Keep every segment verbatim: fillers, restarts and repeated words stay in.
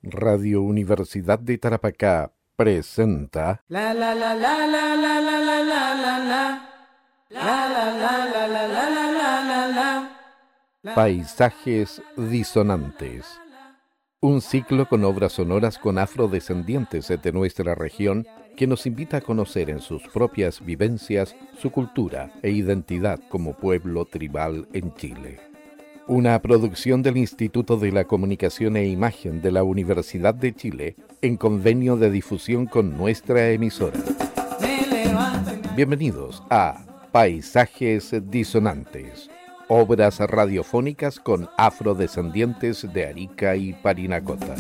Radio Universidad de Tarapacá presenta La la la la la la la la la la la la la la la la la la la la Paisajes Disonantes, un ciclo con obras sonoras con afrodescendientes de nuestra región que nos invita a conocer en sus propias vivencias su cultura e identidad como pueblo tribal en Chile. Una producción del Instituto de la Comunicación e Imagen de la Universidad de Chile en convenio de difusión con nuestra emisora. Bienvenidos a Paisajes Disonantes, obras radiofónicas con afrodescendientes de Arica y Parinacota.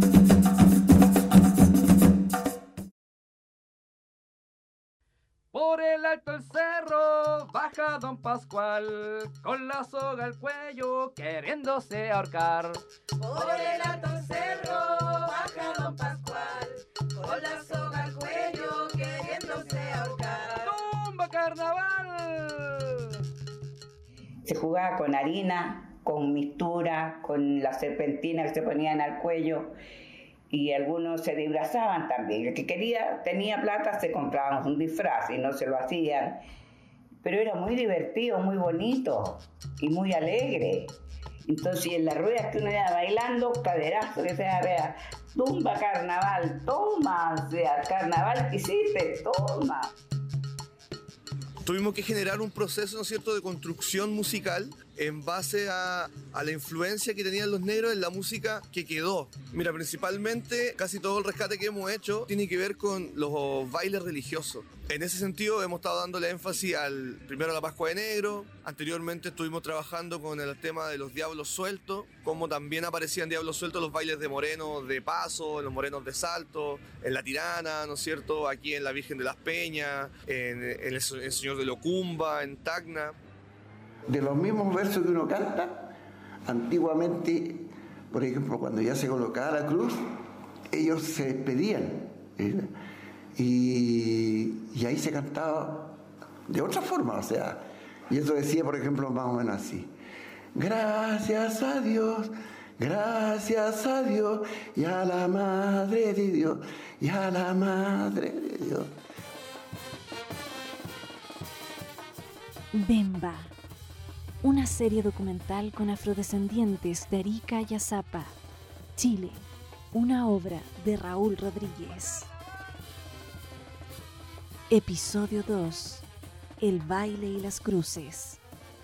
Por el alto el cerro baja don Pascual, con la soga al cuello queriéndose ahorcar. Por el alto el cerro baja don Pascual, con la soga al cuello queriéndose ahorcar. ¡Tumba carnaval! Se jugaba con harina, con mistura, con la serpentina que se ponían al cuello. Y algunos se disfrazaban también. El que quería, tenía plata, se compraban un disfraz y no se lo hacían. Pero era muy divertido, muy bonito y muy alegre. Entonces, en las ruedas que uno iba bailando, caderazo que se vea, tumba carnaval, toma, o sea, carnaval que hiciste, toma. Tuvimos que generar un proceso, ¿no es cierto?, de construcción musical en base a, a la influencia que tenían los negros en la música que quedó. Mira, principalmente casi todo el rescate que hemos hecho tiene que ver con los bailes religiosos. En ese sentido hemos estado dándole énfasis al, primero a la Pascua de Negro, anteriormente estuvimos trabajando con el tema de los diablos sueltos, como también aparecían diablos sueltos los bailes de morenos de paso, en los morenos de salto, en la Tirana, ¿no es cierto?, aquí en la Virgen de las Peñas, en, en el, el Señor de Locumba, en Tacna. De los mismos versos que uno canta, antiguamente, por ejemplo, cuando ya se colocaba la cruz, ellos se despedían, ¿verdad? y, y ahí se cantaba de otra forma, o sea, y eso decía, por ejemplo, más o menos así: gracias a Dios, gracias a Dios, y a la Madre de Dios, y a la Madre de Dios. Bemba, una serie documental con afrodescendientes de Arica y Azapa, Chile, una obra de Raúl Rodríguez. Episodio dos. El baile y las cruces.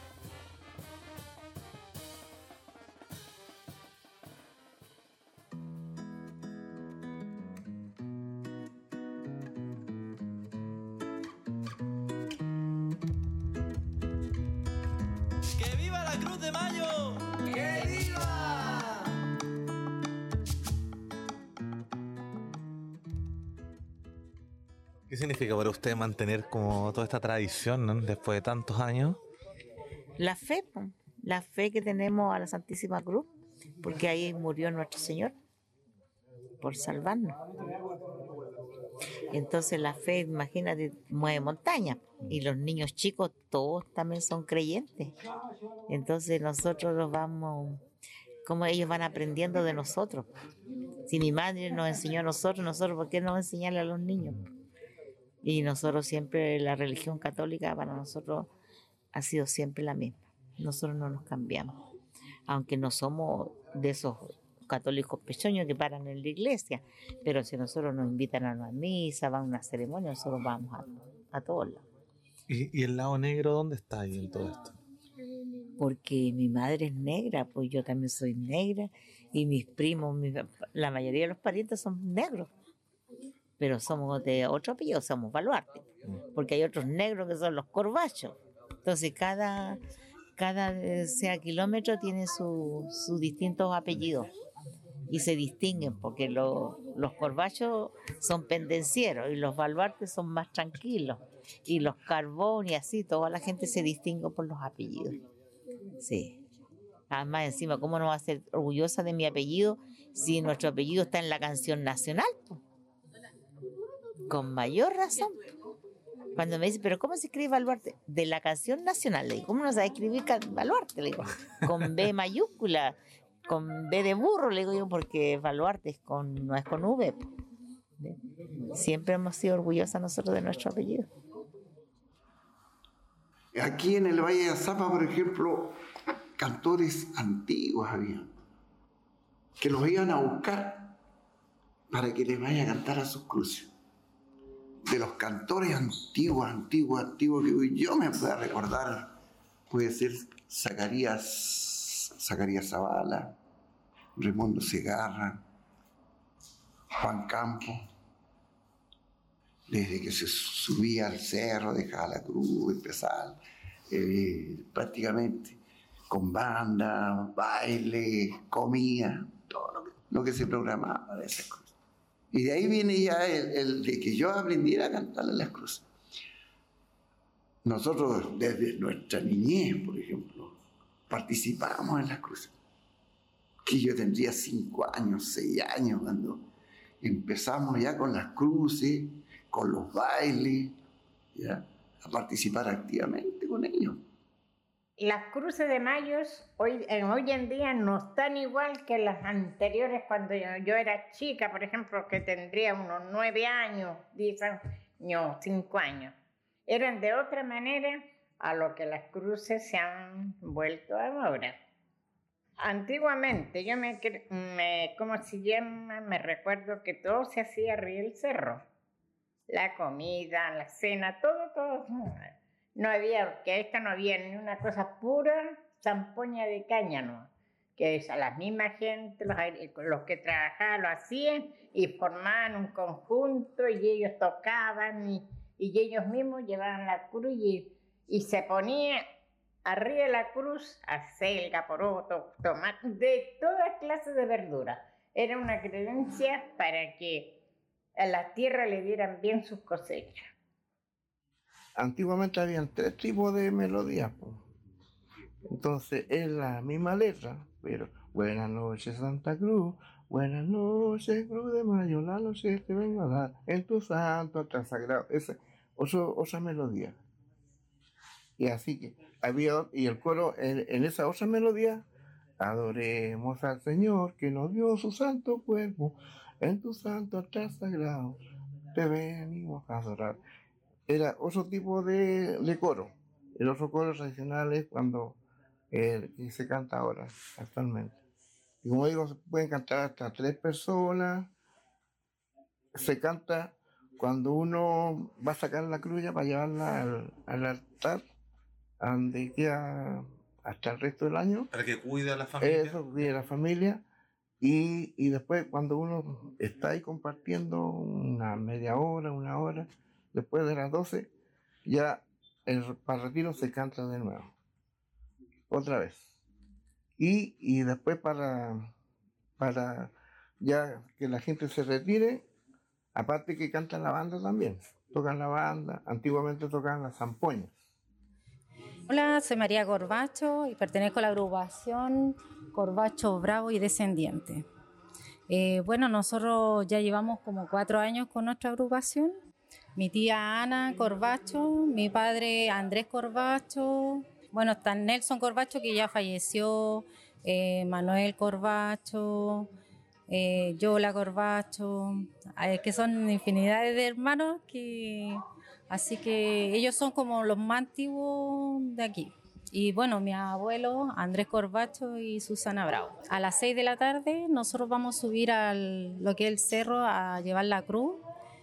¡Que viva la Cruz de Mayo! ¡Que viva! ¿Qué significa para usted mantener como toda esta tradición, ¿no?, después de tantos años? La fe, po, la fe que tenemos a la Santísima Cruz, porque ahí murió nuestro Señor por salvarnos. Entonces la fe, imagínate, mueve montañas, y los niños chicos todos también son creyentes. Entonces nosotros los vamos, como ellos van aprendiendo de nosotros. Si mi madre nos enseñó a nosotros, nosotros ¿por qué no enseñarle a los niños? Y nosotros siempre, la religión católica para nosotros ha sido siempre la misma. Nosotros no nos cambiamos, aunque no somos de esos católicos pequeños que paran en la iglesia, pero si nosotros nos invitan a una misa, van a una ceremonia, nosotros vamos a, a todos lados. ¿Y, ¿Y el lado negro dónde está ahí en todo esto? Porque mi madre es negra, pues yo también soy negra, y mis primos, mi, la mayoría de los parientes son negros, pero somos de otro apellido, somos Baluarte, porque hay otros negros que son los Corvachos. Entonces cada, cada sea kilómetro tiene sus su distintos apellidos y se distinguen, porque lo, los Corvachos son pendencieros y los Baluartes son más tranquilos, y los Carbón y así, toda la gente se distingue por los apellidos. Sí. Además, encima, ¿cómo no va a ser orgullosa de mi apellido si nuestro apellido está en la canción nacional? Con mayor razón. Cuando me dice, ¿pero cómo se escribe Baluarte? De la canción nacional. Le digo, ¿cómo no sabe escribir Baluarte? Le digo, con B mayúscula. con B de burro, le digo yo, porque Baluarte es con, no es con V. Siempre hemos sido orgullosas nosotros de nuestro apellido. Aquí en el Valle de Azapa, por ejemplo, cantores antiguos había, que los iban a buscar para que les vaya a cantar a sus cruces. De los cantores antiguos, antiguos, antiguos que yo me pueda recordar, puede ser Zacarías, Zacarías Zavala, Raimundo Segarra, Juan Campos, desde que se subía al cerro, dejaba la cruz, empezaba eh, prácticamente con banda, baile, comida, todo lo que, lo que se programaba de esas cosas. Y de ahí viene ya el, el de que yo aprendiera a cantarle las cruces. Nosotros desde nuestra niñez, por ejemplo, participábamos en las cruces. Que yo tendría cinco años, seis años, cuando empezamos ya con las cruces, con los bailes, ¿ya? A participar activamente con ellos. Las cruces de mayos hoy, hoy en día no están igual que las anteriores cuando yo, yo era chica, por ejemplo, que tendría unos nueve años, diez años, cinco años. Eran de otra manera a lo que las cruces se han vuelto ahora. Antiguamente, yo me, me ¿cómo se llama? Me recuerdo que todo se hacía arriba del cerro. La comida, la cena, todo, todo. No había orquesta, no había ni una cosa, pura zampoña de cáñamo, que es a la misma gente, los, los que trabajaban lo hacían y formaban un conjunto y ellos tocaban y, y ellos mismos llevaban la cruz y, y se ponía arriba de la cruz acelga, poroto, tomate, de todas clases de verduras. Era una creencia para que a la tierra le dieran bien sus cosechas. Antiguamente habían tres tipos de melodías, pues. Entonces es la misma letra, pero buenas noches Santa Cruz, buenas noches Cruz de Mayo, la noche te vengo a dar en tu santo altar sagrado. Esa otra, otra melodía. Y así que había, y el coro en, en esa otra melodía, adoremos al Señor que nos dio su santo cuerpo, en tu santo altar sagrado te venimos a adorar. Era otro tipo de, de coro. El otro coro tradicional es cuando eh, se canta ahora, actualmente. Y como digo, se pueden cantar hasta tres personas. Se canta cuando uno va a sacar la cruz para llevarla al, al altar, donde queda hasta el resto del año. Para que cuide a la familia. Eso, cuide a la familia. Y, y después cuando uno está ahí compartiendo una media hora, una hora, después de las doce, ya el, para el retiro se canta de nuevo. Otra vez. Y, y después para, para ya que la gente se retire, aparte que cantan la banda también. Tocan la banda, antiguamente tocaban las zampoñas. Hola, soy María Corbacho y pertenezco a la agrupación Corbacho Bravo y Descendiente. Eh, bueno, nosotros ya llevamos como cuatro años con nuestra agrupación. Mi tía Ana Corbacho, mi padre Andrés Corbacho, bueno, está Nelson Corbacho que ya falleció, eh, Manuel Corbacho, eh, Yola Corbacho, eh, que son infinidades de hermanos, que, así que ellos son como los más antiguos de aquí. Y bueno, mi abuelo Andrés Corbacho y Susana Bravo. A las seis de la tarde nosotros vamos a subir a lo que es el cerro a llevar la cruz.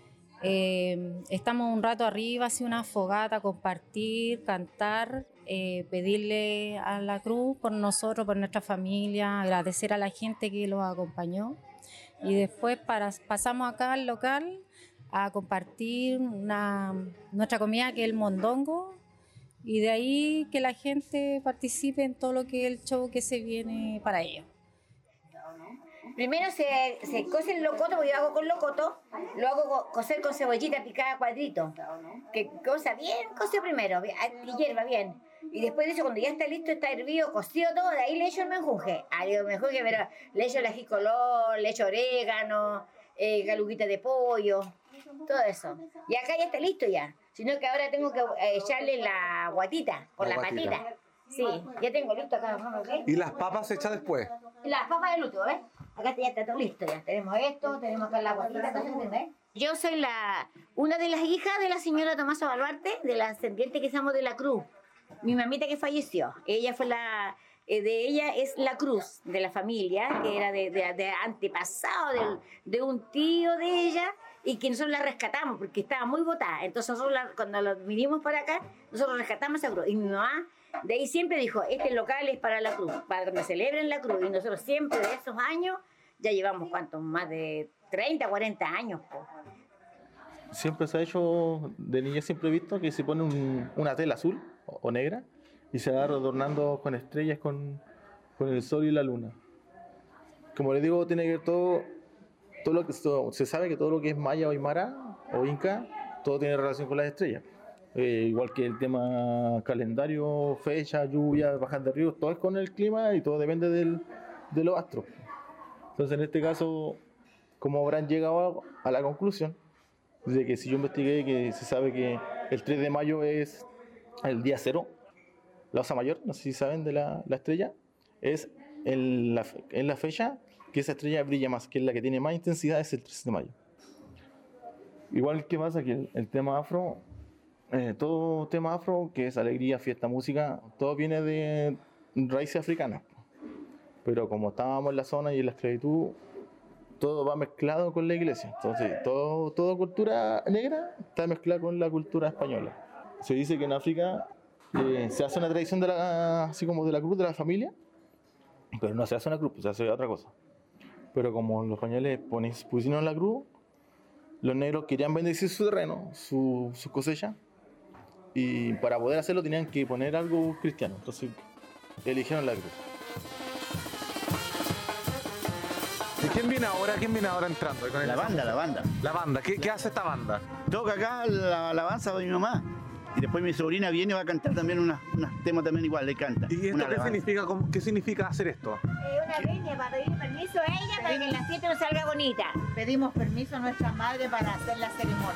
Eh, estamos un rato arriba, así una fogata, compartir, cantar, eh, pedirle a la cruz por nosotros, por nuestra familia, agradecer a la gente que los acompañó. Y después para, pasamos acá al local a compartir una, nuestra comida, que es el mondongo, y de ahí que la gente participe en todo lo que es el show que se viene para ellos. Primero se, se cose el locoto, porque yo hago con locoto, lo hago co- cocer con cebollita picada a cuadrito, que cosa bien, cose primero, y hierva bien. Y después de eso, cuando ya está listo, está hervido, cocido todo, de ahí le echo el menjunje. Al menjunje, pero le echo el ají color, le echo orégano, eh, galuguita de pollo, todo eso. Y acá ya está listo ya, sino que ahora tengo que eh, echarle la guatita, por la, La la guatita. patita. Sí, ya tengo listo acá. ¿No? ¿Y las papas se echan después? La papa del último, ¿ves? Acá ya está todo listo, ya tenemos esto, tenemos acá la guatita, ¿ves? Yo soy la una de las hijas de la señora Tomasa Baluarte, de la ascendiente que somos de la Cruz. Mi mamita que falleció, ella fue la, eh, de ella es la Cruz de la familia, que era de, de, de antepasado del, de un tío de ella, y que nosotros la rescatamos porque estaba muy botada. Entonces nosotros la, cuando lo vinimos para acá, nosotros rescatamos esa cruz. Y mi mamá de ahí siempre dijo, este local es para la cruz, para que me celebren la cruz. Y nosotros siempre de esos años, ya llevamos cuántos, más de treinta, cuarenta años. Po. Siempre se ha hecho, de niña siempre he visto que se pone un, una tela azul o, o negra y se va adornando con estrellas, con, con el sol y la luna. Como les digo, tiene que ver todo, todo lo que todo, se sabe que todo lo que es maya o aymara o inca, todo tiene relación con las estrellas. Eh, igual que el tema calendario, fecha, lluvia, bajas de ríos, todo es con el clima y todo depende del, de los astros. Entonces, en este caso, como habrán llegado a, a la conclusión de que si yo investigué que se sabe que el tres de mayo es el día cero, la osa mayor, no sé si saben de la, la estrella, es en la, en la fecha que esa estrella brilla más, que es la que tiene más intensidad, es el tres de mayo. Igual que pasa que el, el tema afro, eh, todo tema afro, que es alegría, fiesta, música, todo viene de raíces africanas. Pero como estábamos en la zona y en la esclavitud, todo va mezclado con la iglesia. Entonces, todo, toda cultura negra está mezclada con la cultura española. Se dice que en África eh, se hace una tradición de la, así como de la cruz de la familia, pero no se hace una cruz, se hace otra cosa. Pero como los españoles ponen, pusieron la cruz, los negros querían bendecir su terreno, su, su cosecha, y para poder hacerlo tenían que poner algo cristiano. Entonces, eligieron la cruz. ¿Y quién viene ahora? ¿Quién viene ahora entrando? Con la banda, la banda. La banda. ¿Qué, qué hace esta banda? Toca acá la alabanza de mi mamá. Y después mi sobrina viene y va a cantar también unos temas también igual, le canta. ¿Y esto qué significa, cómo, qué significa hacer esto? Eh, una venia para pedir permiso a ella para que la fiesta nos salga bonita. Pedimos permiso a nuestra madre para hacer la ceremonia.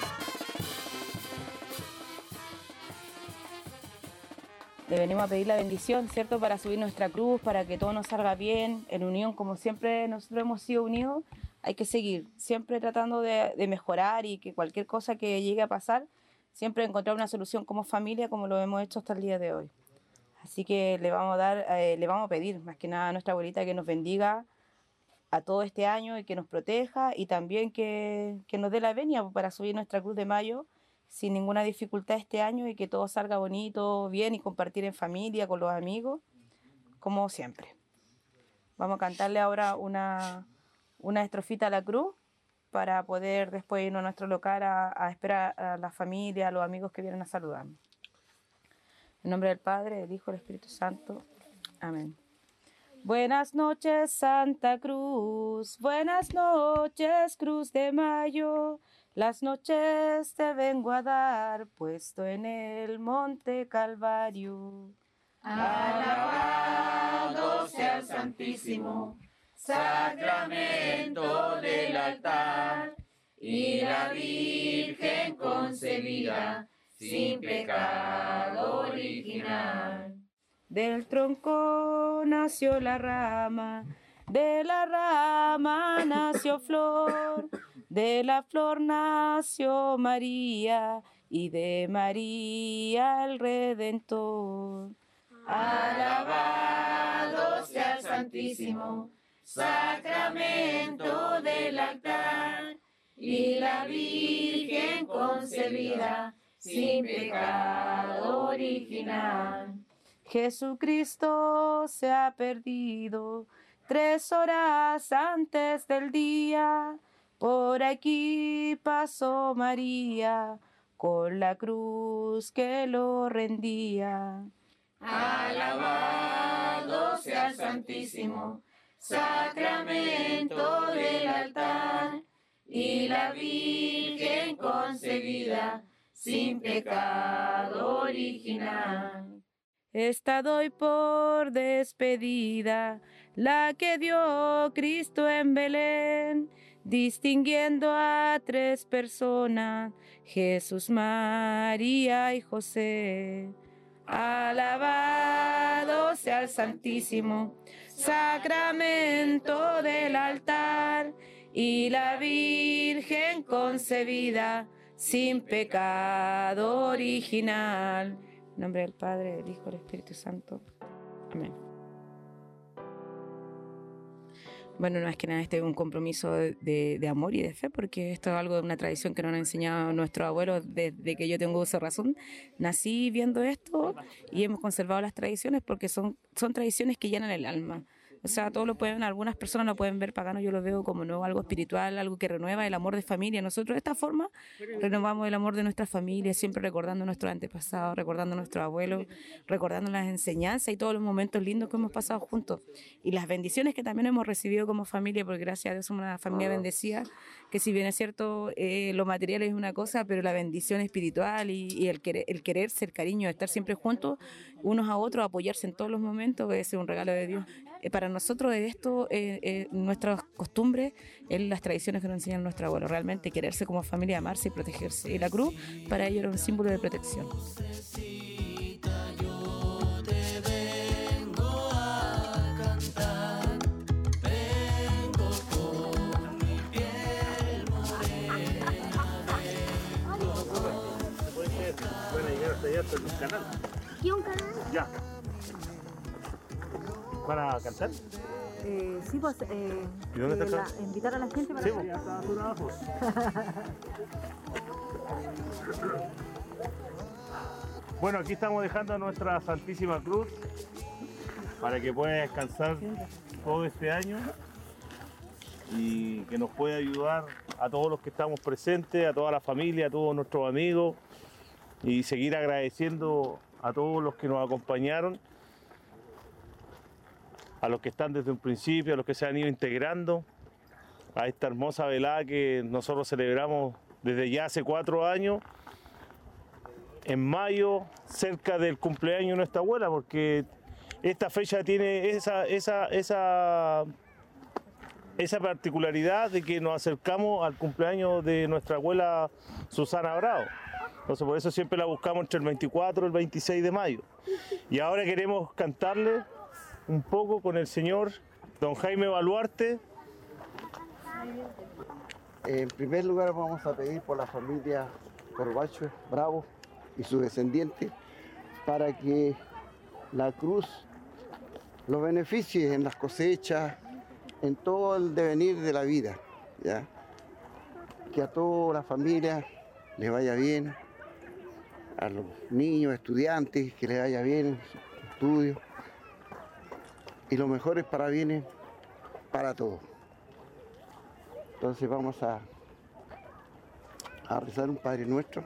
Le venimos a pedir la bendición, ¿cierto? Para subir nuestra cruz, para que todo nos salga bien, en unión, como siempre nosotros hemos sido unidos. Hay que seguir, siempre tratando de, de mejorar y que cualquier cosa que llegue a pasar, siempre encontrar una solución como familia, como lo hemos hecho hasta el día de hoy. Así que le vamos a dar, eh, le vamos a pedir, más que nada a nuestra abuelita, que nos bendiga a todo este año y que nos proteja, y también que, que nos dé la venia para subir nuestra cruz de mayo sin ninguna dificultad este año, y que todo salga bonito, bien, y compartir en familia, con los amigos, como siempre. Vamos a cantarle ahora una, una estrofita a la cruz para poder después irnos a nuestro local a, a esperar a la familia, a los amigos que vienen a saludarnos. En nombre del Padre, del Hijo y del Espíritu Santo. Amén. Buenas noches, Santa Cruz, buenas noches, Cruz de Mayo. Las noches te vengo a dar, puesto en el monte Calvario. Alabado sea el Santísimo Sacramento del altar, y la Virgen concebida sin pecado original. Del tronco nació la rama, de la rama nació flor, de la flor nació María, y de María el Redentor. Alabado sea el Santísimo Sacramento del altar, y la Virgen concebida sin pecado original. Jesucristo se ha perdido tres horas antes del día. Por aquí pasó María con la cruz que lo rendía. Alabado sea el Santísimo Sacramento del altar, y la Virgen concebida sin pecado original. Esta doy por despedida, la que dio Cristo en Belén, distinguiendo a tres personas, Jesús, María y José. Alabado sea el Santísimo sacramento del altar, y la Virgen concebida sin pecado original. En nombre del Padre, del Hijo y del Espíritu Santo. Amén. Bueno, no es que nada, este es un compromiso de, de, de amor y de fe, porque esto es algo de una tradición que nos han enseñado nuestros abuelos desde que yo tengo uso de razón. Nací viendo esto y hemos conservado las tradiciones porque son, son tradiciones que llenan el alma. O sea, todos lo pueden, algunas personas lo pueden ver pagano, yo lo veo como no, algo espiritual, algo que renueva el amor de familia. Nosotros de esta forma renovamos el amor de nuestra familia, siempre recordando nuestros antepasados, recordando a nuestros abuelos, recordando las enseñanzas y todos los momentos lindos que hemos pasado juntos. Y las bendiciones que también hemos recibido como familia, porque gracias a Dios somos una familia bendecida, que si bien es cierto, eh, lo material es una cosa, pero la bendición espiritual y, y el, querer, el quererse, el cariño, estar siempre juntos, unos a otros, apoyarse en todos los momentos, es un regalo de Dios. Eh, para nosotros esto, eh, eh, nuestras costumbres, es las tradiciones que nos enseñan nuestros abuelos, realmente quererse como familia, amarse y protegerse. Y la cruz para ellos era un símbolo de protección. ¿Y un canal? Ya. ¿Van a cantar? Eh, sí, pues eh, ¿Y dónde eh, está? la- invitar a la gente para Sí, que- Bueno, aquí estamos dejando a nuestra Santísima Cruz para que pueda descansar todo este año y que nos pueda ayudar a todos los que estamos presentes, a toda la familia, a todos nuestros amigos y seguir agradeciendo a todos los que nos acompañaron, a los que están desde un principio, a los que se han ido integrando a esta hermosa velada que nosotros celebramos desde ya hace cuatro años, en mayo, cerca del cumpleaños de nuestra abuela, porque esta fecha tiene esa, esa, esa, esa particularidad de que nos acercamos al cumpleaños de nuestra abuela Susana Bravo. Entonces por eso siempre la buscamos entre el veinticuatro y el veintiséis de mayo. Y ahora queremos cantarle un poco con el señor don Jaime Baluarte. En primer lugar vamos a pedir por la familia Corbacho Bravo y sus descendientes para que la cruz los beneficie en las cosechas, en todo el devenir de la vida, ¿ya? Que a toda la familia le vaya bien, a los niños, estudiantes, que les vaya bien en sus estudios, y lo mejor es para bienes para todos. Entonces vamos a, a rezar un Padre Nuestro.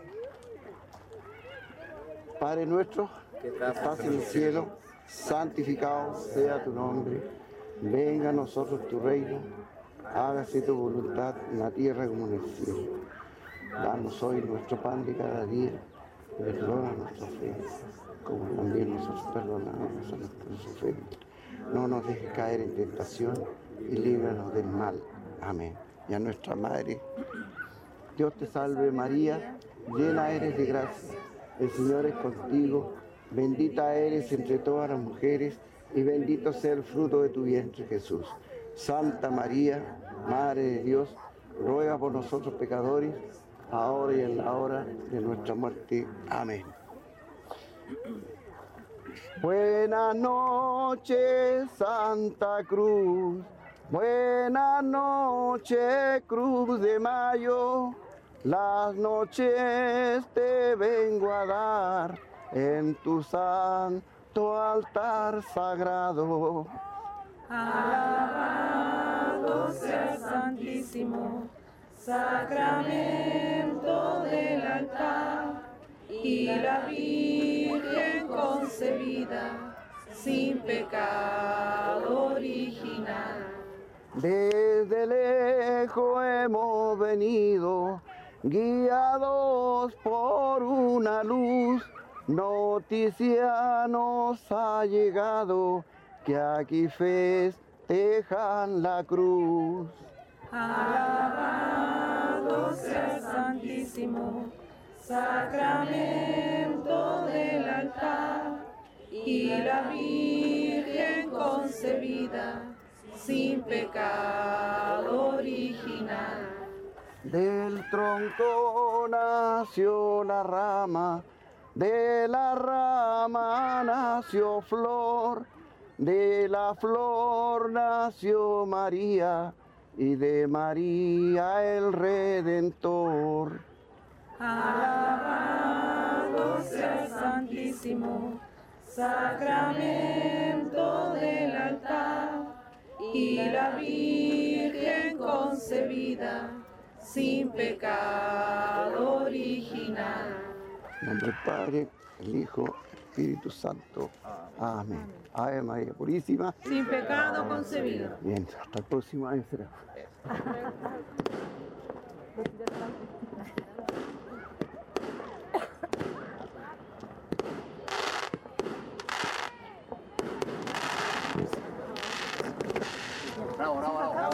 Padre nuestro, que estás en el cielo, santificado sea tu nombre. Venga a nosotros tu reino, hágase tu voluntad en la tierra como en el cielo. Danos hoy nuestro pan de cada día, perdona nuestras ofensas, como también nosotros perdonamos a nuestros ofensas. No nos dejes caer en tentación y líbranos del mal. Amén. Y a nuestra Madre, Dios te salve María, llena eres de gracia, el Señor es contigo, bendita eres entre todas las mujeres y bendito sea el fruto de tu vientre Jesús. Santa María, Madre de Dios, ruega por nosotros pecadores, ahora y en la hora de nuestra muerte. Amén. Buenas noches, Santa Cruz. Buenas noches, Cruz de Mayo. Las noches te vengo a dar en tu santo altar sagrado. Alabado sea Santísimo Sacramento del altar y la Virgen concebida sin pecado original. Desde lejos hemos venido, guiados por una luz, noticia nos ha llegado que aquí festejan la cruz. Alabado sea Santísimo Sacramento del altar y la Virgen concebida, sin pecado original. Del tronco nació la rama, de la rama nació flor, de la flor nació María, y de María el Redentor. Alabado sea el Santísimo Sacramento del altar y la Virgen concebida sin pecado original. En nombre del Padre, el Hijo, el Espíritu Santo. Amén. Ave María Purísima. Sin pecado concebido. Bien, hasta el próximo año será. Bravo, bravo, bravo.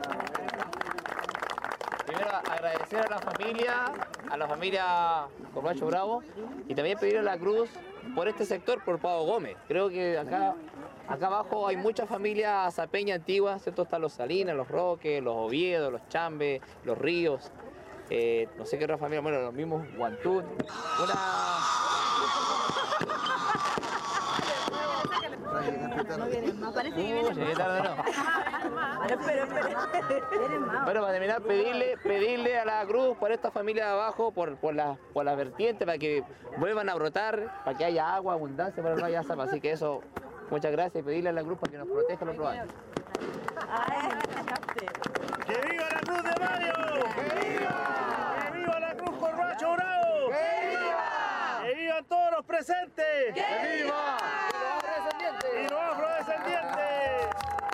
Primero agradecer a la familia, a la familia Corbacho Bravo y también pedir a la cruz por este sector, por Pavo Gómez. Creo que acá, acá abajo hay muchas familias zapeñas antiguas, ¿cierto? Están los Salinas, los Roques, los Oviedo, los Chambes, los Ríos, eh, no sé qué otra familia, bueno, los mismos Guantún. Una... No vienen más, parece que vienen Uy, tarde, no. más. Espera, espera. Vienen más. Bueno, para terminar, pedirle, pedirle a la cruz por esta familia de abajo, por, por las por las vertientes, para que vuelvan a brotar, para que haya agua, abundancia, para que no haya zapa. Así que eso, muchas gracias y pedirle a la cruz para que nos proteja los otros años. ¡Que viva la Cruz de Mayo! ¡Que viva! ¡Que viva la Cruz Corbacho Bravo! ¡Que viva! ¡Que vivan todos los presentes! ¡Que viva! ¡Y los afrodescendientes!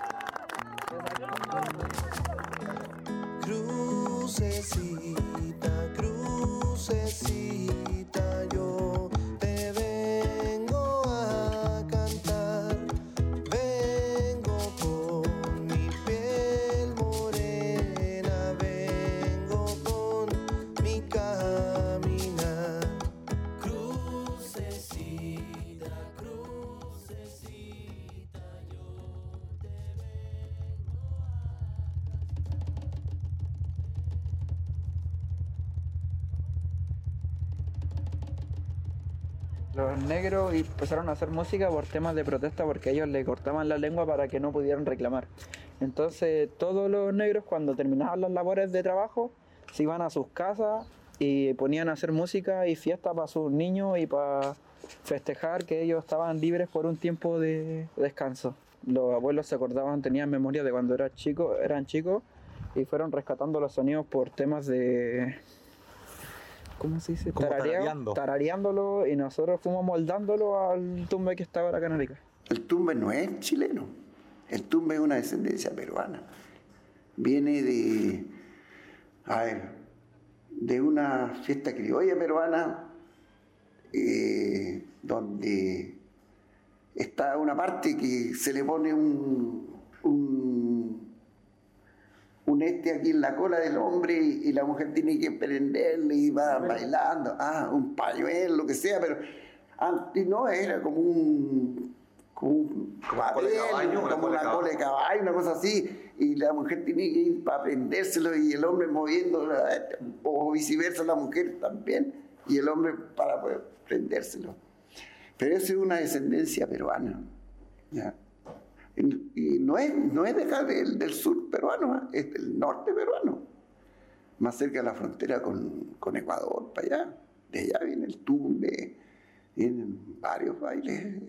Crucecita, crucecita, yo te vengo a cantar. Vengo con mi piel morena, vengo con mi caminar. Crucecita, crucecita, yo te Los negros empezaron a hacer música por temas de protesta porque ellos le cortaban la lengua para que no pudieran reclamar. Entonces todos los negros cuando terminaban las labores de trabajo se iban a sus casas y ponían a hacer música y fiesta para sus niños y para festejar que ellos estaban libres por un tiempo de descanso. Los abuelos se acordaban, tenían memoria de cuando eran chicos, eran chicos y fueron rescatando los sonidos por temas de... ¿Cómo se dice? Como Tarareo, tarareando. Tarareándolo y nosotros fuimos moldándolo al tumbe que está ahora acá en Arica. El tumbe no es chileno, el tumbe es una descendencia peruana. Viene de, a ver, de una fiesta criolla peruana eh, donde está una parte que se le pone un, un, un este aquí en la cola del hombre y, y la mujer tiene que prenderle y va bailando, ah, un pañuelo, lo que sea, pero antes no, era como un, como un cola de caballo, una como cola de una cola de caballo, una cosa así, y la mujer tiene que ir para prendérselo y el hombre moviendo, o viceversa, la mujer también, y el hombre para poder prendérselo. Pero eso es una descendencia peruana, ¿ya? Y, y no es, no es de acá del, del sur peruano, ¿eh? Es del norte peruano, más cerca de la frontera con, con Ecuador, para allá. De allá viene el tumbe, vienen varios bailes,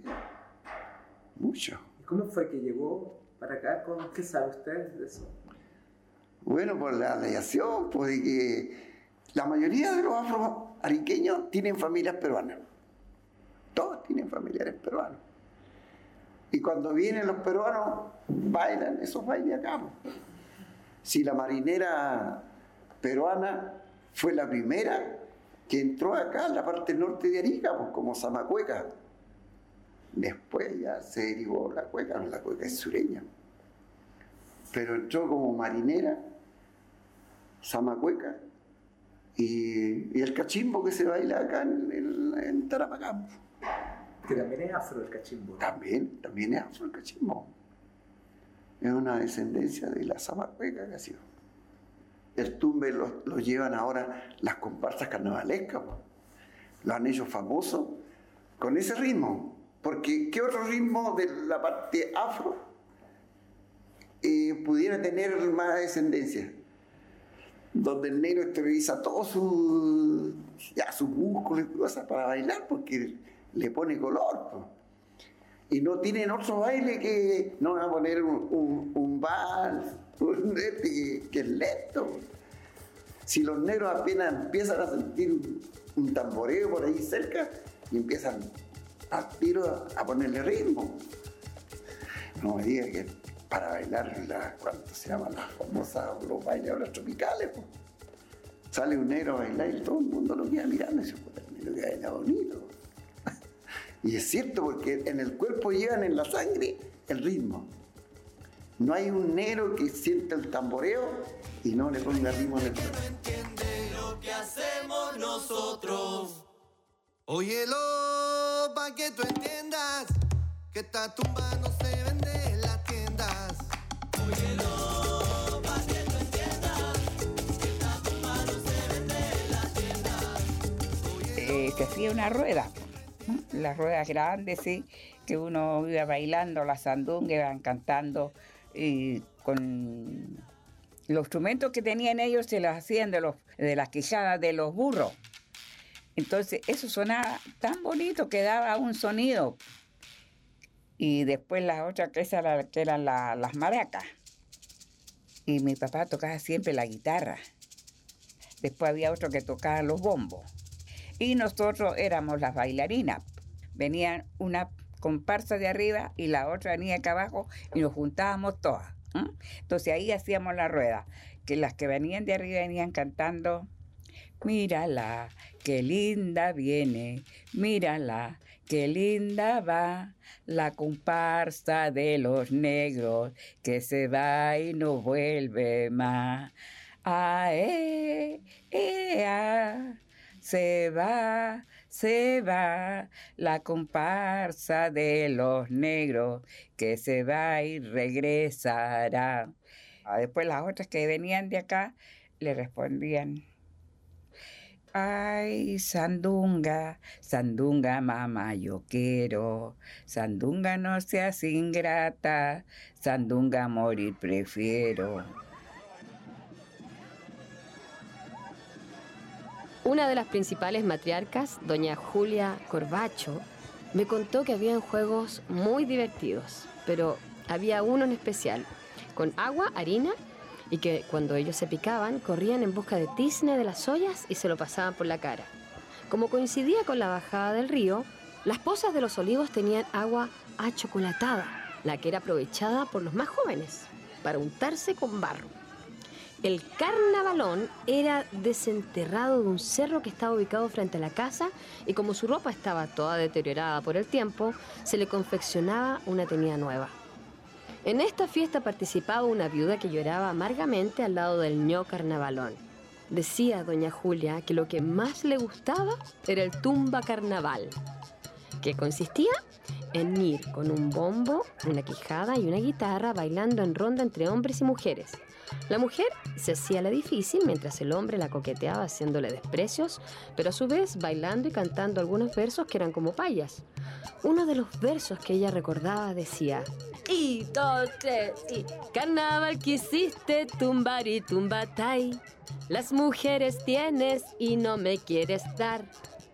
mucho. ¿Cómo fue que llegó para acá? ¿Cómo, ¿Qué sabe usted de eso? Bueno, por la aleación, pues de que la mayoría de los afroariqueños tienen familias peruanas. Todos tienen familiares peruanos. Y cuando vienen los peruanos, bailan esos bailes acá. Si la marinera peruana fue la primera que entró acá en la parte norte de Arica, pues como Zamacueca. Después ya se derivó la cueca, la cueca es sureña. Pero entró como marinera, Zamacueca, y, y el cachimbo que se baila acá en, en, en Tarapacá. Que también es afro el cachimbo. También, también es afro el cachimbo. Es una descendencia de la zamacueca casi. El tumbe lo, lo llevan ahora las comparsas carnavalescas. Po. Lo han hecho famoso con ese ritmo. Porque ¿qué otro ritmo de la parte afro eh, pudiera tener más descendencia? Donde el negro exterioriza todo su, ya, sus músculos y cosas para bailar porque le pone color. Po. Y no tienen otro baile que no van a poner un, un, un vals, un que, que es lento. Si los negros apenas empiezan a sentir un, un tamboreo por ahí cerca y empiezan a tiro a ponerle ritmo. No me diga que para bailar, la, ¿cuánto se llaman las famosas, los bailadores tropicales? Pues. Sale un negro a bailar y todo el mundo lo queda mirando y dice, pues el negro que baila bonito. Y es cierto, porque en el cuerpo llevan en la sangre el ritmo. No hay un negro que sienta el tamboreo y no le ponga ritmo en el cuerpo. No entiende lo que hacemos nosotros. Óyelo, pa' que tú entiendas que esta tumba no se vende en las tiendas. Óyelo, pa' que tú entiendas que esta tumba no se vende en las tiendas. Eh, se hacía una rueda, ¿no? Las ruedas grandes, sí, que uno iba bailando la sandunga, iban cantando y con los instrumentos que tenían ellos se los hacían de, los, de las quijadas de los burros. Entonces eso sonaba tan bonito que daba un sonido. Y después las otras que, esas, que eran la, las maracas. Y mi papá tocaba siempre la guitarra. Después había otro que tocaba los bombos. Y nosotros éramos las bailarinas. Venían una comparsa de arriba y la otra venía acá abajo y nos juntábamos todas. ¿eh? Entonces ahí hacíamos la rueda. Que las que venían de arriba venían cantando... Mírala, qué linda viene, mírala, qué linda va, la comparsa de los negros que se va y no vuelve más. Ae, ea, se va, se va, la comparsa de los negros que se va y regresará. Después las otras que venían de acá le respondían... Ay, sandunga, sandunga, mamá, yo quiero. Sandunga, no seas ingrata. Sandunga, morir prefiero. Una de las principales matriarcas, doña Julia Corbacho, me contó que habían juegos muy divertidos, pero había uno en especial, con agua, harina, y que cuando ellos se picaban, corrían en busca de tizne de las ollas y se lo pasaban por la cara. Como coincidía con la bajada del río, las pozas de los olivos tenían agua achocolatada, la que era aprovechada por los más jóvenes para untarse con barro. El carnavalón era desenterrado de un cerro que estaba ubicado frente a la casa y como su ropa estaba toda deteriorada por el tiempo, se le confeccionaba una tenida nueva. En esta fiesta participaba una viuda que lloraba amargamente al lado del ño carnavalón. Decía doña Julia que lo que más le gustaba era el tumba carnaval, que consistía en ir con un bombo, una quijada y una guitarra bailando en ronda entre hombres y mujeres. La mujer se hacía la difícil mientras el hombre la coqueteaba haciéndole desprecios, pero a su vez bailando y cantando algunos versos que eran como payas. Uno de los versos que ella recordaba decía: y dos, tres, y carnaval quisiste tumbar y tumbatay. Las mujeres tienes y no me quieres dar.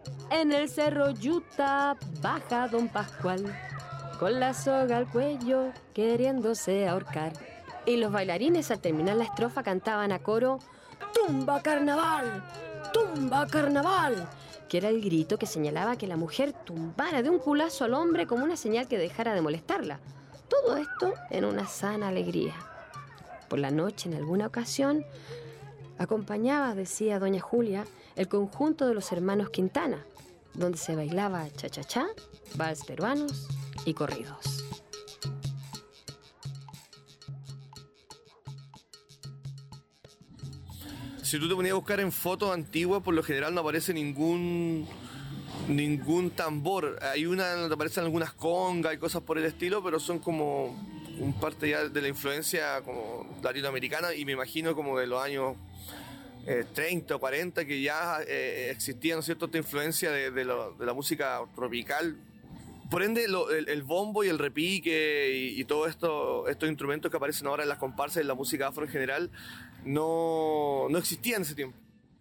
En el cerro Yuta baja don Pascual, con la soga al cuello queriéndose ahorcar. Y los bailarines al terminar la estrofa cantaban a coro: ¡Tumba carnaval! ¡Tumba carnaval! Que era el grito que señalaba que la mujer tumbara de un culazo al hombre como una señal que dejara de molestarla. Todo esto en una sana alegría. Por la noche, en alguna ocasión, acompañaba, decía doña Julia, el conjunto de los hermanos Quintana, donde se bailaba cha-cha-cha, vals peruanos y corridos. Si tú te ponías a buscar en fotos antiguas, por lo general no aparece ningún ningún tambor. Hay una donde aparecen algunas congas y cosas por el estilo, pero son como un parte ya de la influencia como latinoamericana, y me imagino como de los años eh, treinta o cuarenta, que ya eh, existía, ¿no es cierto?, esta influencia de, de, lo, de la música tropical. Por ende, lo, el, el bombo y el repique y, y todos esto, estos instrumentos que aparecen ahora en las comparsas, en la música afro en general, no, no existían en ese tiempo.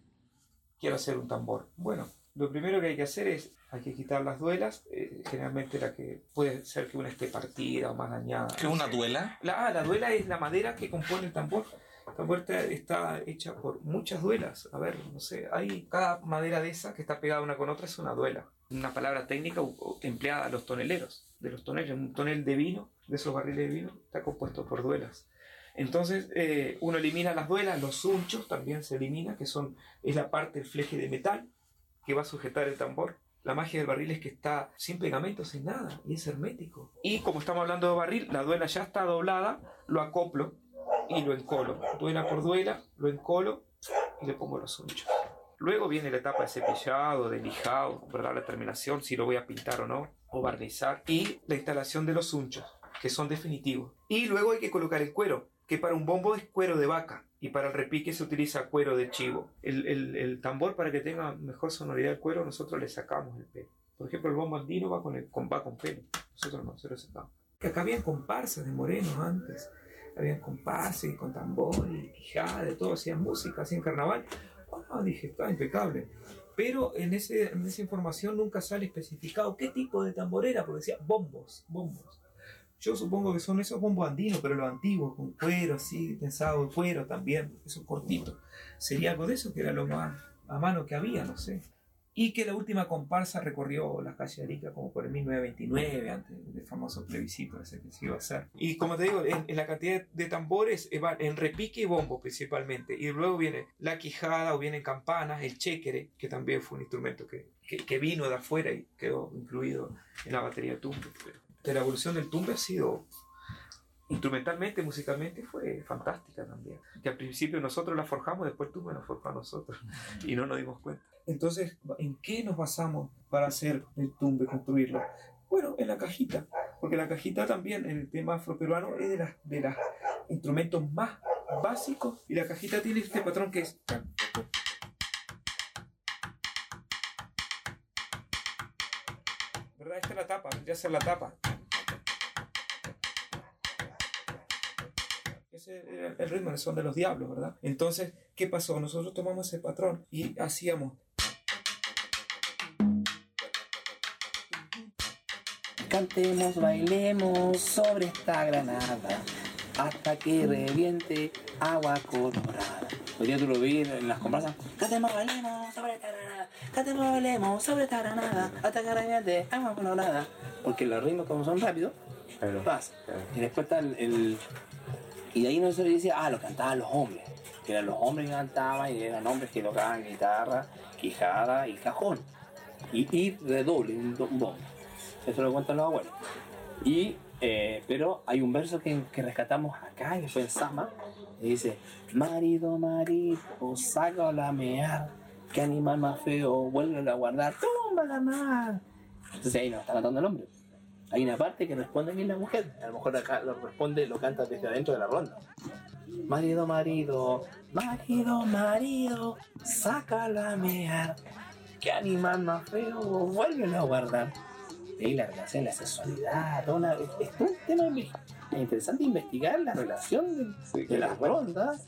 Quiero hacer un tambor. Bueno, lo primero que hay que hacer es, hay que quitar las duelas, eh, generalmente la que puede ser que una esté partida o más dañada. ¿Qué es una duela? La, ah, la duela es la madera que compone el tambor. El tambor está, está hecha por muchas duelas. A ver, no sé, hay cada madera de esa que está pegada una con otra es una duela. Una palabra técnica empleada a los toneleros, de los toneles. Un tonel de vino, de esos barriles de vino, está compuesto por duelas. Entonces eh, uno elimina las duelas, los sunchos también se elimina, que son, es la parte del fleje de metal que va a sujetar el tambor. La magia del barril es que está sin pegamento, sin nada, y es hermético. Y como estamos hablando de barril, la duela ya está doblada, lo acoplo y lo encolo. Duela por duela, lo encolo y le pongo los sunchos. Luego viene la etapa de cepillado, de lijado, ¿verdad? La terminación, si lo voy a pintar o no, o barnizar. Y la instalación de los sunchos, que son definitivos. Y luego hay que colocar el cuero, que para un bombo es cuero de vaca y para el repique se utiliza cuero de chivo. El, el, el tambor, para que tenga mejor sonoridad el cuero, nosotros le sacamos el pelo. Por ejemplo, el bombo andino va con, el, con, va con pelo. Nosotros no, se lo sacamos. Que acá habían comparsas de morenos antes. Habían comparsas con tambor y quijada, de todo. Hacían música, hacían carnaval. Ah, dije, está impecable. Pero en, ese, en esa información nunca sale especificado qué tipo de tambor era, porque decía bombos, bombos. Yo supongo que son esos bombos andinos, pero los antiguos, con cuero así, tensado de cuero también, esos cortitos. Sería algo de eso, que era lo más a mano que había, no sé. Y que la última comparsa recorrió la calle de Arica como por el mil novecientos veintinueve, antes del famoso plebiscito ese que se iba a hacer. Y como te digo, en, en la cantidad de tambores, en repique y bombo principalmente. Y luego viene la quijada o vienen campanas, el chéquere, que también fue un instrumento que, que, que vino de afuera y quedó incluido en la batería de tumbe. Pero la evolución del tumbe ha sido, instrumentalmente, musicalmente, fue fantástica también. Que al principio nosotros la forjamos, después el tumbe nos forjó a nosotros y no nos dimos cuenta. Entonces, ¿en qué nos basamos para hacer el tumbe, construirlo? Bueno, en la cajita, porque la cajita también en el tema afroperuano es de los de las instrumentos más básicos, y la cajita tiene este patrón que es... ¿Verdad? Esta es la tapa, vendría a ser la tapa. Ese era el ritmo, el son de los diablos, ¿verdad? Entonces, ¿qué pasó? Nosotros tomamos ese patrón y hacíamos... Cantemos, bailemos sobre esta granada hasta que reviente agua colorada. Hoy día tú lo vi en las comparsas. Cantemos, bailemos sobre esta granada, cantemos, bailemos sobre esta granada hasta que reviente agua colorada. Porque los ritmos, como son rápidos, pero pasa. Y después está el, el... Y de ahí no se le decía, ah, lo cantaban los hombres. Que eran los hombres que cantaban y eran hombres que tocaban guitarra, quijada y cajón. Y, y redoble, un, un bombo. Eso lo cuentan los abuelos. Y, eh, pero hay un verso que, que rescatamos acá, que fue en Sama, y dice: marido, marido, sácalo a mear, qué animal más feo, vuélvelo a guardar, tumba la mar. Entonces ahí no está cantando el hombre. Hay una parte que responde bien la mujer. A lo mejor acá lo responde, lo canta desde adentro de la ronda. Marido, marido, marido, marido, sácalo a mear, qué animal más feo, vuélvelo a guardar. Y la relación, la sexualidad, toda una, es, es un tema es interesante investigar la relación de, sí, de las bueno. rondas.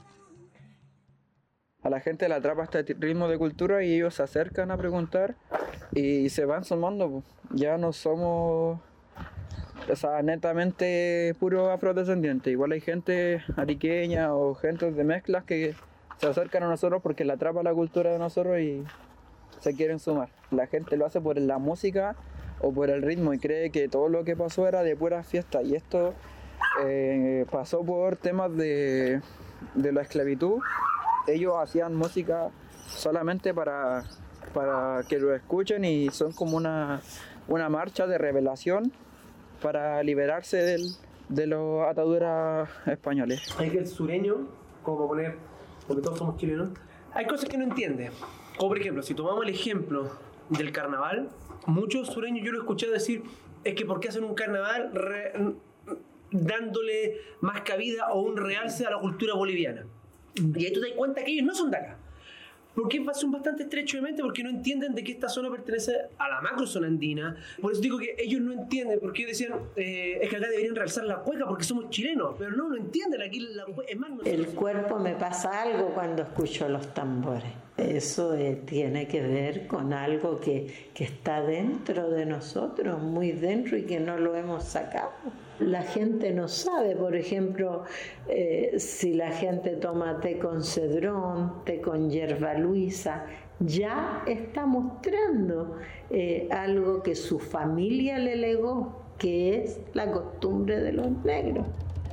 A la gente le atrapa este ritmo de cultura y ellos se acercan a preguntar y se van sumando. Ya no somos, o sea, netamente puro afrodescendiente. Igual hay gente ariqueña o gente de mezclas que se acercan a nosotros porque le atrapa la cultura de nosotros y se quieren sumar. La gente lo hace por la música o por el ritmo y cree que todo lo que pasó era de pura fiesta, y esto eh, pasó por temas de, de la esclavitud. Ellos hacían música solamente para, para que lo escuchen y son como una, una marcha de revelación para liberarse del, de las ataduras españoles. Hay que el sureño, como poner, porque todos somos chilenos, hay cosas que no entiende. Como por ejemplo, si tomamos el ejemplo del carnaval, muchos sureños yo lo he escuchado decir, es que ¿por qué hacen un carnaval re, dándole más cabida o un realce a la cultura boliviana? Y ahí tú te das cuenta que ellos no son de acá. Porque son bastante estrechos de mente, porque no entienden de que esta zona pertenece a la macrozona andina. Por eso digo que ellos no entienden, porque ellos decían, eh, es que acá deberían realzar la cueca porque somos chilenos, pero no, no entienden, aquí la cueca es más... Nosotros... El cuerpo me pasa algo cuando escucho los tambores. Eso eh, tiene que ver con algo que, que está dentro de nosotros, muy dentro y que no lo hemos sacado. La gente no sabe, por ejemplo, eh, si la gente toma té con cedrón, té con hierba luisa, ya está mostrando eh, algo que su familia le legó, que es la costumbre de los negros.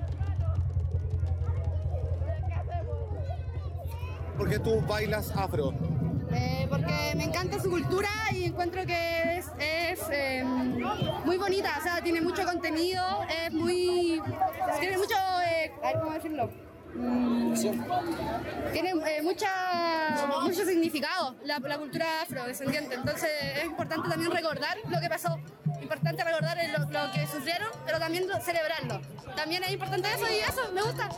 ¿Por qué tú bailas afro? Eh, porque me encanta su cultura y encuentro que es, es eh, muy bonita, o sea, tiene mucho contenido, es muy... tiene mucho... Eh, a ver, ¿cómo decirlo? Mm, tiene eh, mucha, mucho significado la, la cultura afrodescendiente, entonces es importante también recordar lo que pasó, importante recordar lo, lo que sufrieron, pero también celebrarlo. También es importante eso y eso, me gusta.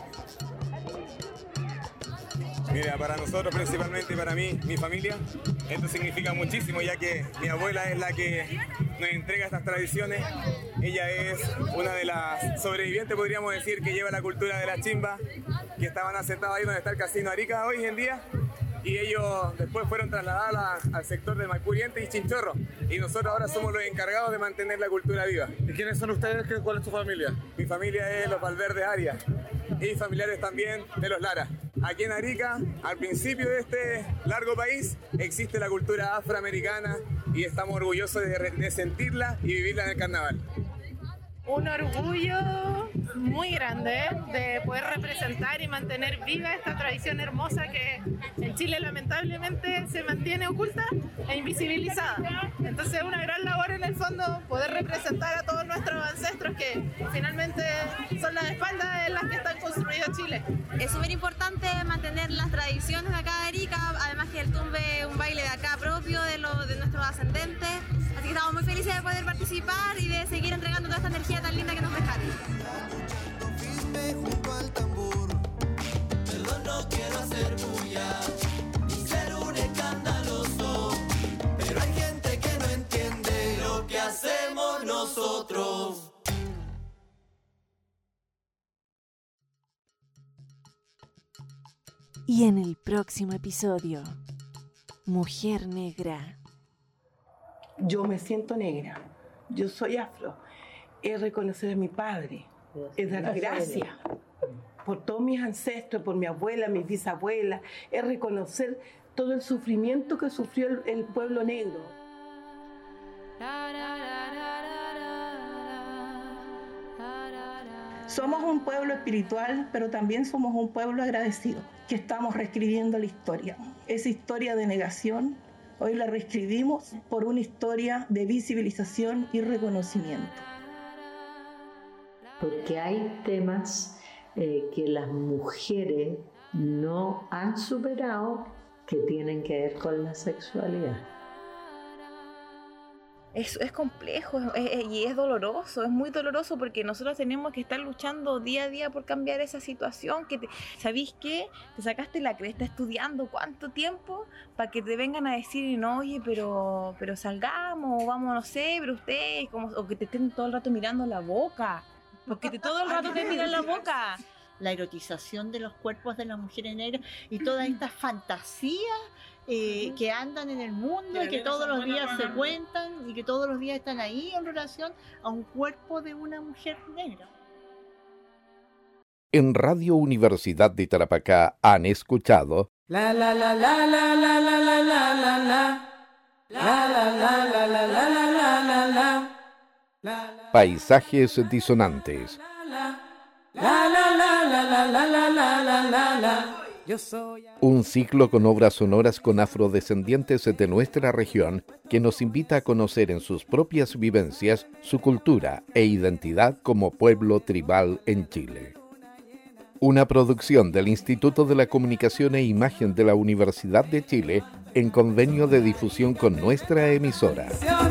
Mira, para nosotros principalmente y para mí, mi familia, esto significa muchísimo, ya que mi abuela es la que nos entrega estas tradiciones. Ella es una de las sobrevivientes, podríamos decir, que lleva la cultura de la chimba, que estaban asentados ahí donde está el Casino Arica hoy en día, y ellos después fueron trasladados a, al sector de Maipú Oriente y Chinchorro, y nosotros ahora somos los encargados de mantener la cultura viva. ¿Y quiénes son ustedes? ¿Cuál es tu familia? Mi familia es los Valverde Arias, y familiares también de los Lara. Aquí en Arica, al principio de este largo país, existe la cultura afroamericana y estamos orgullosos de, de sentirla y vivirla en el carnaval. Un orgullo muy grande de poder representar y mantener viva esta tradición hermosa que en Chile lamentablemente se mantiene oculta e invisibilizada. Entonces es una gran labor en el fondo poder representar a todos nuestros ancestros que finalmente son las espaldas en las que están construidos Chile. Es súper importante mantener las tradiciones de acá de Arica, además que el tumbe es un baile de acá propio de, lo, de nuestros ascendentes. Así que estamos muy felices de poder participar y de seguir entregando toda esta energía tan linda que nos dejaron. Junto al tambor, perdón, no quiero hacer bulla ni ser un escandaloso, pero hay gente que no entiende lo que hacemos nosotros. Y en el próximo episodio, Mujer Negra. Yo me siento negra, yo soy afro, es reconocer a mi padre, es dar gracias por todos mis ancestros, por mi abuela, mis bisabuelas, es reconocer todo el sufrimiento que sufrió el, el pueblo negro. Somos un pueblo espiritual, pero también somos un pueblo agradecido, que estamos reescribiendo la historia. Esa historia de negación, hoy la reescribimos por una historia de visibilización y reconocimiento. Porque hay temas eh, que las mujeres no han superado que tienen que ver con la sexualidad. Es, es complejo es, es, y es doloroso, es muy doloroso porque nosotros tenemos que estar luchando día a día por cambiar esa situación. Que te, ¿sabéis qué? Te sacaste la cresta estudiando cuánto tiempo para que te vengan a decir, no, oye, pero, pero salgamos, vamos, no sé, pero ustedes, como, o que te estén todo el rato mirando la boca, porque te, todo el rato te miran la boca. La erotización de los cuerpos de las mujeres negras y todas estas fantasías eh, que andan en el mundo y que todos los días se cuentan y que todos los días están ahí en relación a un cuerpo de una mujer negra. En Radio Universidad de Tarapacá han escuchado La la la la la la la la la la la la la la la la la la la la Paisajes disonantes. La la la la la la la la la la la. Yo soy Un ciclo con obras sonoras con afrodescendientes de nuestra región que nos invita a conocer en sus propias vivencias su cultura e identidad como pueblo tribal en Chile. Una producción del Instituto de la Comunicación e Imagen de la Universidad de Chile en convenio de difusión con nuestra emisora.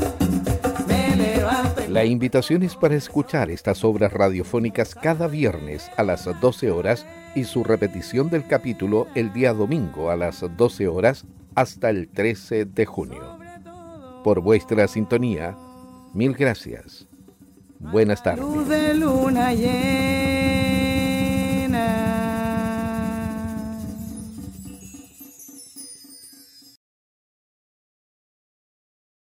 La invitación es para escuchar estas obras radiofónicas cada viernes a las doce horas y su repetición del capítulo el día domingo a las doce horas hasta el trece de junio. Por vuestra sintonía, mil gracias. Buenas tardes. Luz de luna llena.